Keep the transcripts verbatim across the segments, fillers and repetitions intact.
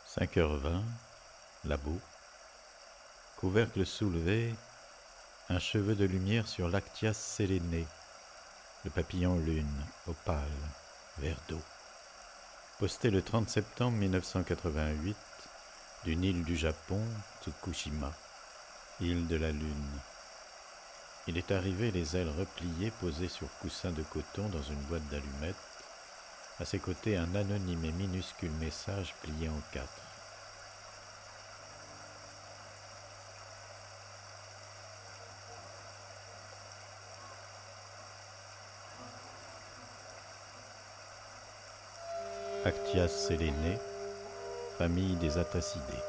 cinq heures vingt, labo, couvercle soulevé, un cheveu de lumière sur l'Actias sélénée, le papillon lune, opale, vert d'eau. Posté le trente septembre mille neuf cent quatre-vingt-huit, d'une île du Japon, Tsukushima, île de la Lune. Il est arrivé les ailes repliées posées sur coussin de coton dans une boîte d'allumettes, à ses côtés un anonyme et minuscule message plié en quatre. Actias sélénée, famille des Atacidés.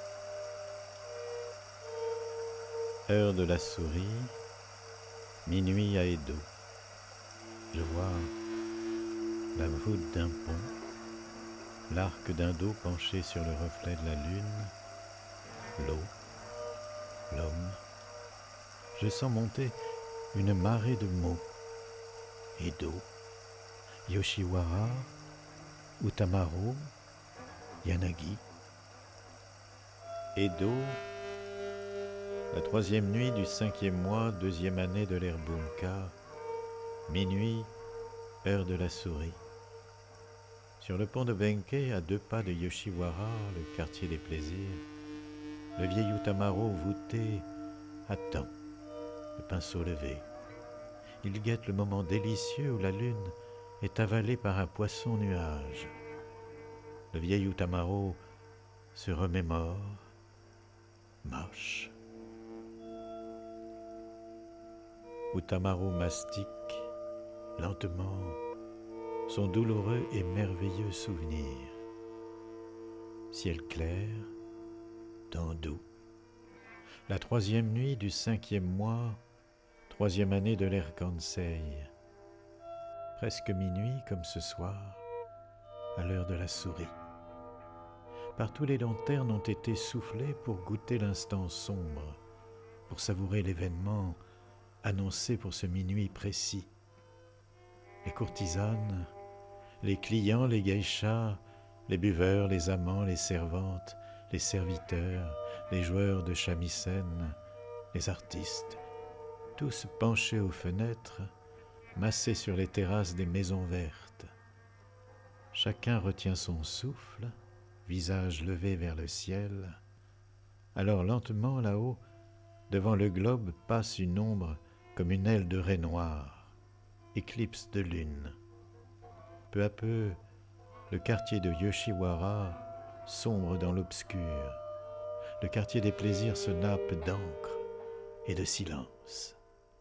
Heure de la souris, minuit à Edo. Je vois la voûte d'un pont, l'arc d'un dos penché sur le reflet de la lune, l'eau, l'homme. Je sens monter une marée de mots. Edo, Yoshiwara, Utamaro, Yanagi. Edo, la troisième nuit du cinquième mois, deuxième année de l'ère Bunka, minuit, heure de la souris. Sur le pont de Benkei, à deux pas de Yoshiwara, le quartier des plaisirs, le vieil Utamaro voûté attend, le pinceau levé. Il guette le moment délicieux où la lune est avalée par un poisson nuage. Le vieil Utamaro se remémore, marche. Utamaro mastique lentement son douloureux et merveilleux souvenir. Ciel clair, temps doux. La troisième nuit du cinquième mois, troisième année de l'ère Kansei. Presque minuit comme ce soir, à l'heure de la souris. Partout les lanternes ont été soufflées pour goûter l'instant sombre, pour savourer l'événement annoncé pour ce minuit précis. Les courtisanes, les clients, les geishas, les buveurs, les amants, les servantes, les serviteurs, les joueurs de shamisen, les artistes, tous penchés aux fenêtres, massés sur les terrasses des maisons vertes. Chacun retient son souffle, visage levé vers le ciel. Alors lentement là-haut, devant le globe passe une ombre comme une aile de raie noire, éclipse de lune. Peu à peu, le quartier de Yoshiwara sombre dans l'obscur. Le quartier des plaisirs se nappe d'encre et de silence.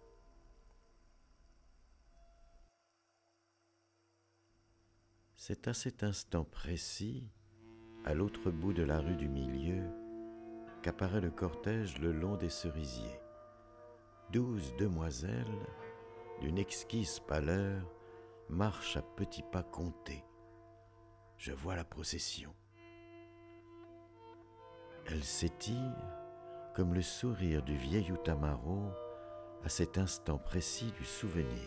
C'est à cet instant précis, à l'autre bout de la rue du milieu, qu'apparaît le cortège le long des cerisiers. Douze demoiselles, d'une exquise pâleur, marchent à petits pas comptés. Je vois la procession. Elle s'étire comme le sourire du vieil Utamaro à cet instant précis du souvenir.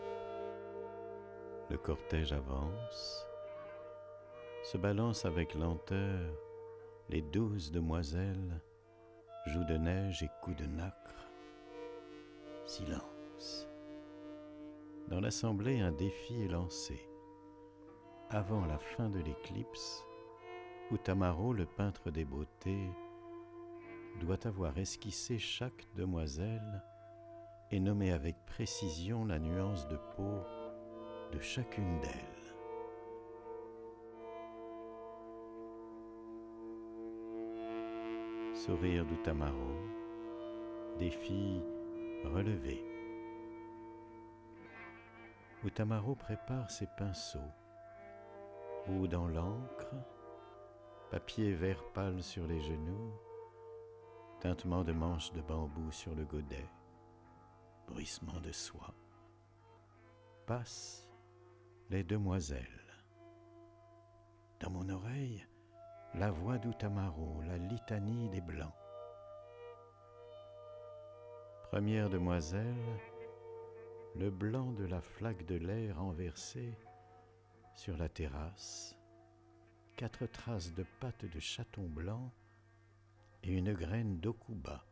Le cortège avance, se balance avec lenteur les douze demoiselles, joues de neige et coups de nacre. Silence. Dans l'assemblée, un défi est lancé. Avant la fin de l'éclipse, Utamaro, le peintre des beautés, doit avoir esquissé chaque demoiselle et nommé avec précision la nuance de peau de chacune d'elles. Sourire d'Utamaro, défi relevé. Utamaro prépare ses pinceaux, eau dans l'encre, papier vert pâle sur les genoux, tintement de manches de bambou sur le godet, bruissement de soie. Passent les demoiselles. Dans mon oreille, la voix d'Utamaro, la litanie des blancs. Première demoiselle, le blanc de la flaque de lait renversée sur la terrasse, quatre traces de pattes de chaton blanc et une graine d'okuba.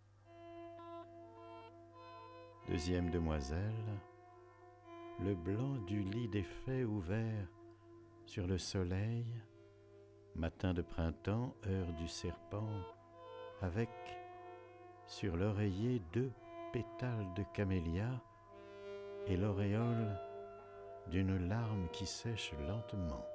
Deuxième demoiselle, le blanc du lit des fées ouvert sur le soleil, matin de printemps, heure du serpent, avec sur l'oreiller deux pétales de camélia et l'auréole d'une larme qui sèche lentement.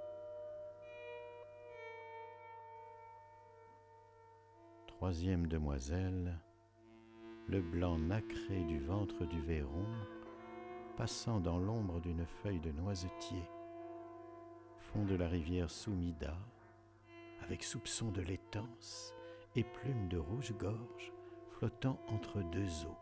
Troisième demoiselle, le blanc nacré du ventre du Véron, passant dans l'ombre d'une feuille de noisetier, fond de la rivière Soumida, avec soupçon de laitance et plumes de rouge-gorge flottant entre deux eaux.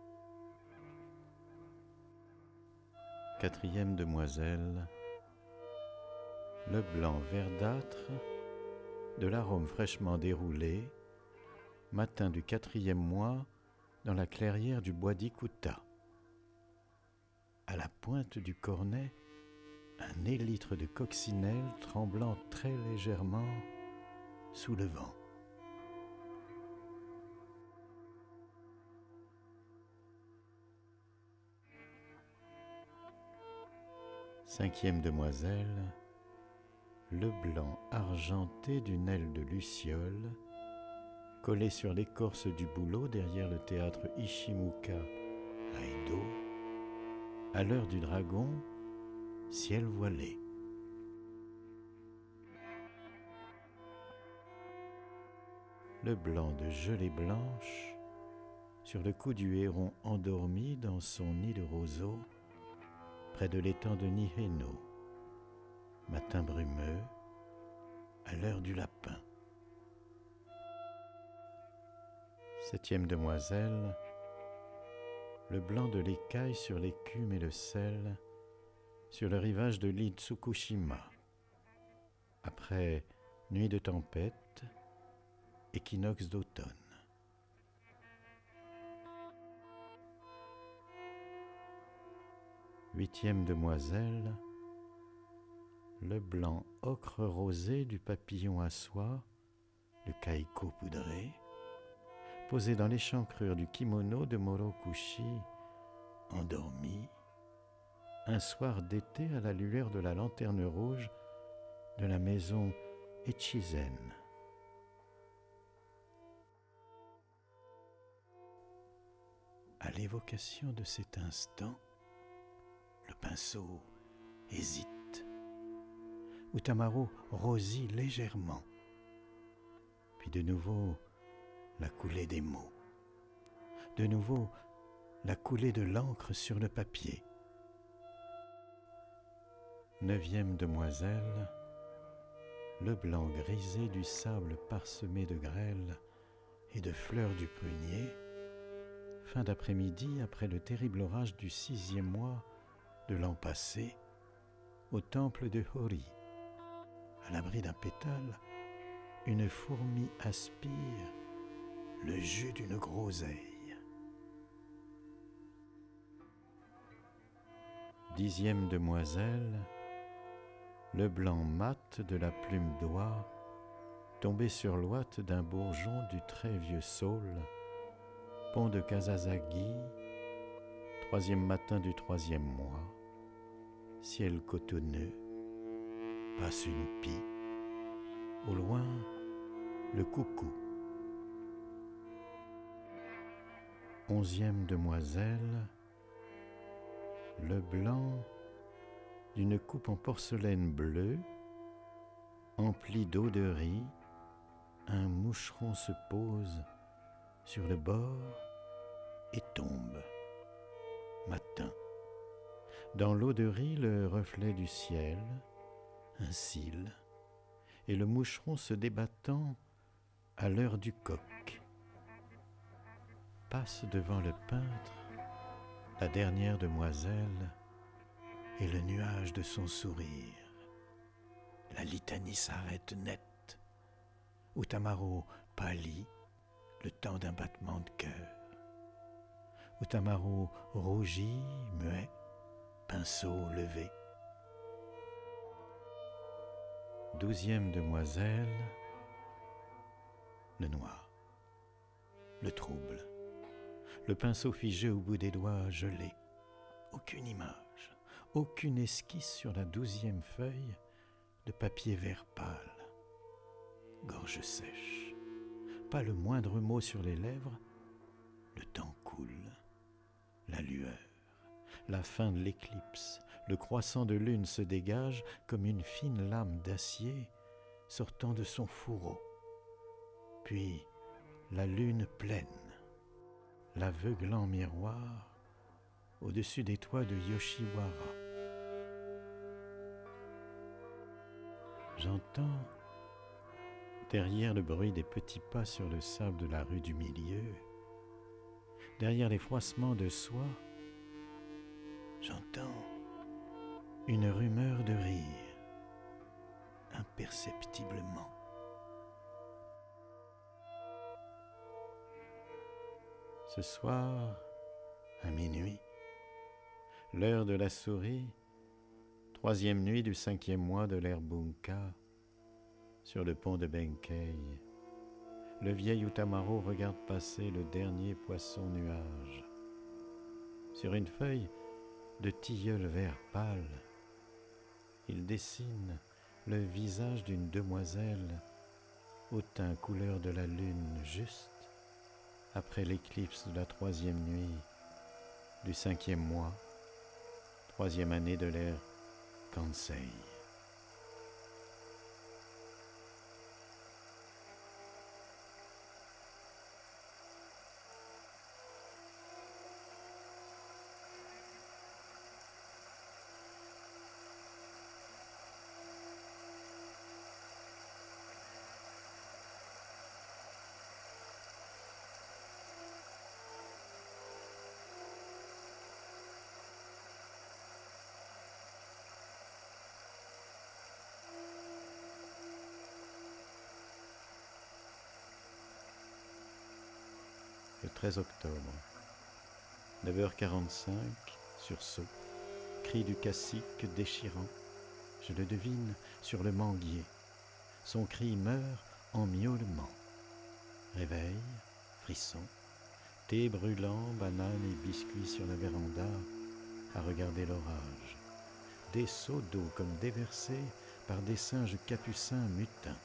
Quatrième demoiselle, le blanc verdâtre de l'arôme fraîchement déroulé, matin du quatrième mois dans la clairière du bois d'Ikuta. À la pointe du cornet, un élytre de coccinelle tremblant très légèrement sous le vent. Cinquième demoiselle, le blanc argenté d'une aile de luciole, collé sur l'écorce du bouleau derrière le théâtre Ishimuka à Edo, à l'heure du dragon, ciel voilé. Le blanc de gelée blanche sur le cou du héron endormi dans son nid de roseau, près de l'étang de Niheno, matin brumeux, à l'heure du lapin. Septième demoiselle, le blanc de l'écaille sur l'écume et le sel, sur le rivage de l'île Tsukushima, après nuit de tempête, équinoxe d'automne. Huitième demoiselle, le blanc ocre rosé du papillon à soie, le kaiko poudré, posé dans l'échancrure du kimono de Morokushi, endormi, un soir d'été à la lueur de la lanterne rouge de la maison Echizen. À l'évocation de cet instant, le pinceau hésite. Utamaro rosit légèrement. Puis de nouveau, la coulée des mots. De nouveau, la coulée de l'encre sur le papier. Neuvième demoiselle, le blanc grisé du sable parsemé de grêle et de fleurs du prunier, fin d'après-midi après le terrible orage du sixième mois de l'an passé, au temple de Hori. À l'abri d'un pétale, une fourmi aspire le jus d'une groseille. Dixième demoiselle, le blanc mat de la plume d'oie, tombé sur l'ouate d'un bourgeon du très vieux saule, pont de Kasasagi, troisième matin du troisième mois, ciel cotonneux, passe une pie, au loin le coucou. Onzième demoiselle, le blanc d'une coupe en porcelaine bleue, emplie d'eau de riz, un moucheron se pose sur le bord et tombe. Matin. Dans l'eau de riz, le reflet du ciel, un cil, et le moucheron se débattant à l'heure du coq. Passe devant le peintre la dernière demoiselle et le nuage de son sourire. La litanie s'arrête net. Utamaro pâlit le temps d'un battement de cœur. Utamaro rougit, muet, pinceau levé. douzième demoiselle le noie, le trouble, le pinceau figé au bout des doigts gelé. Aucune image, aucune esquisse sur la douzième feuille de papier vert pâle. Gorge sèche, pas le moindre mot sur les lèvres. Le temps coule, la lueur, la fin de l'éclipse, le croissant de lune se dégage comme une fine lame d'acier sortant de son fourreau. Puis la lune pleine, l'aveuglant miroir au-dessus des toits de Yoshiwara. J'entends, derrière le bruit des petits pas sur le sable de la rue du milieu, derrière les froissements de soie, j'entends une rumeur de rire, imperceptiblement. Ce soir, à minuit, l'heure de la souris, troisième nuit du cinquième mois de l'ère Bunka, sur le pont de Benkei, le vieil Utamaro regarde passer le dernier poisson nuage. Sur une feuille de tilleul vert pâle, il dessine le visage d'une demoiselle au teint couleur de la lune juste après l'éclipse de la troisième nuit du cinquième mois, troisième année de l'ère Kansei. Le treize octobre, neuf heures quarante-cinq, sursaut, cri du cacique déchirant, je le devine sur le manguier. Son cri meurt en miaulement. Réveil, frisson, thé brûlant, bananes et biscuits sur la véranda, à regarder l'orage. Des seaux d'eau comme déversés par des singes capucins mutins.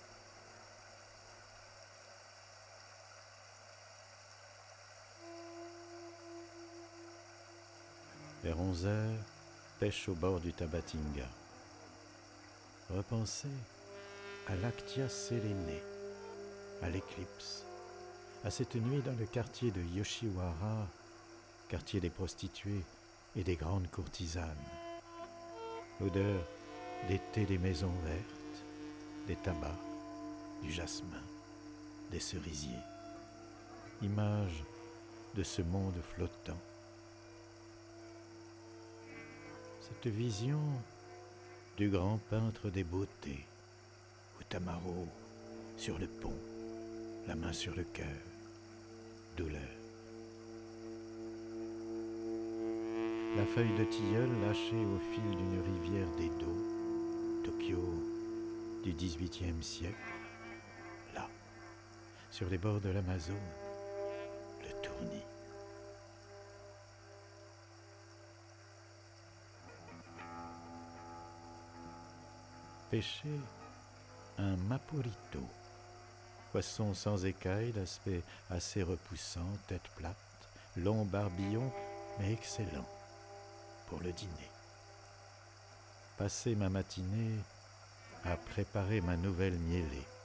Vers onze heures, pêche au bord du Tabatinga. Repenser à l'Actia Sélénée, à l'éclipse, à cette nuit dans le quartier de Yoshiwara, quartier des prostituées et des grandes courtisanes. L'odeur des thés des maisons vertes, des tabacs, du jasmin, des cerisiers. Image de ce monde flottant. Cette vision du grand peintre des beautés, Utamaro, sur le pont, la main sur le cœur, douleur. La feuille de tilleul lâchée au fil d'une rivière d'Edo, Tokyo du dix-huitième siècle, là, sur les bords de l'Amazone, le tournis. Pêcher un maporito, poisson sans écailles, d'aspect assez repoussant, tête plate, long barbillon, mais excellent pour le dîner. Passer ma matinée à préparer ma nouvelle mielée.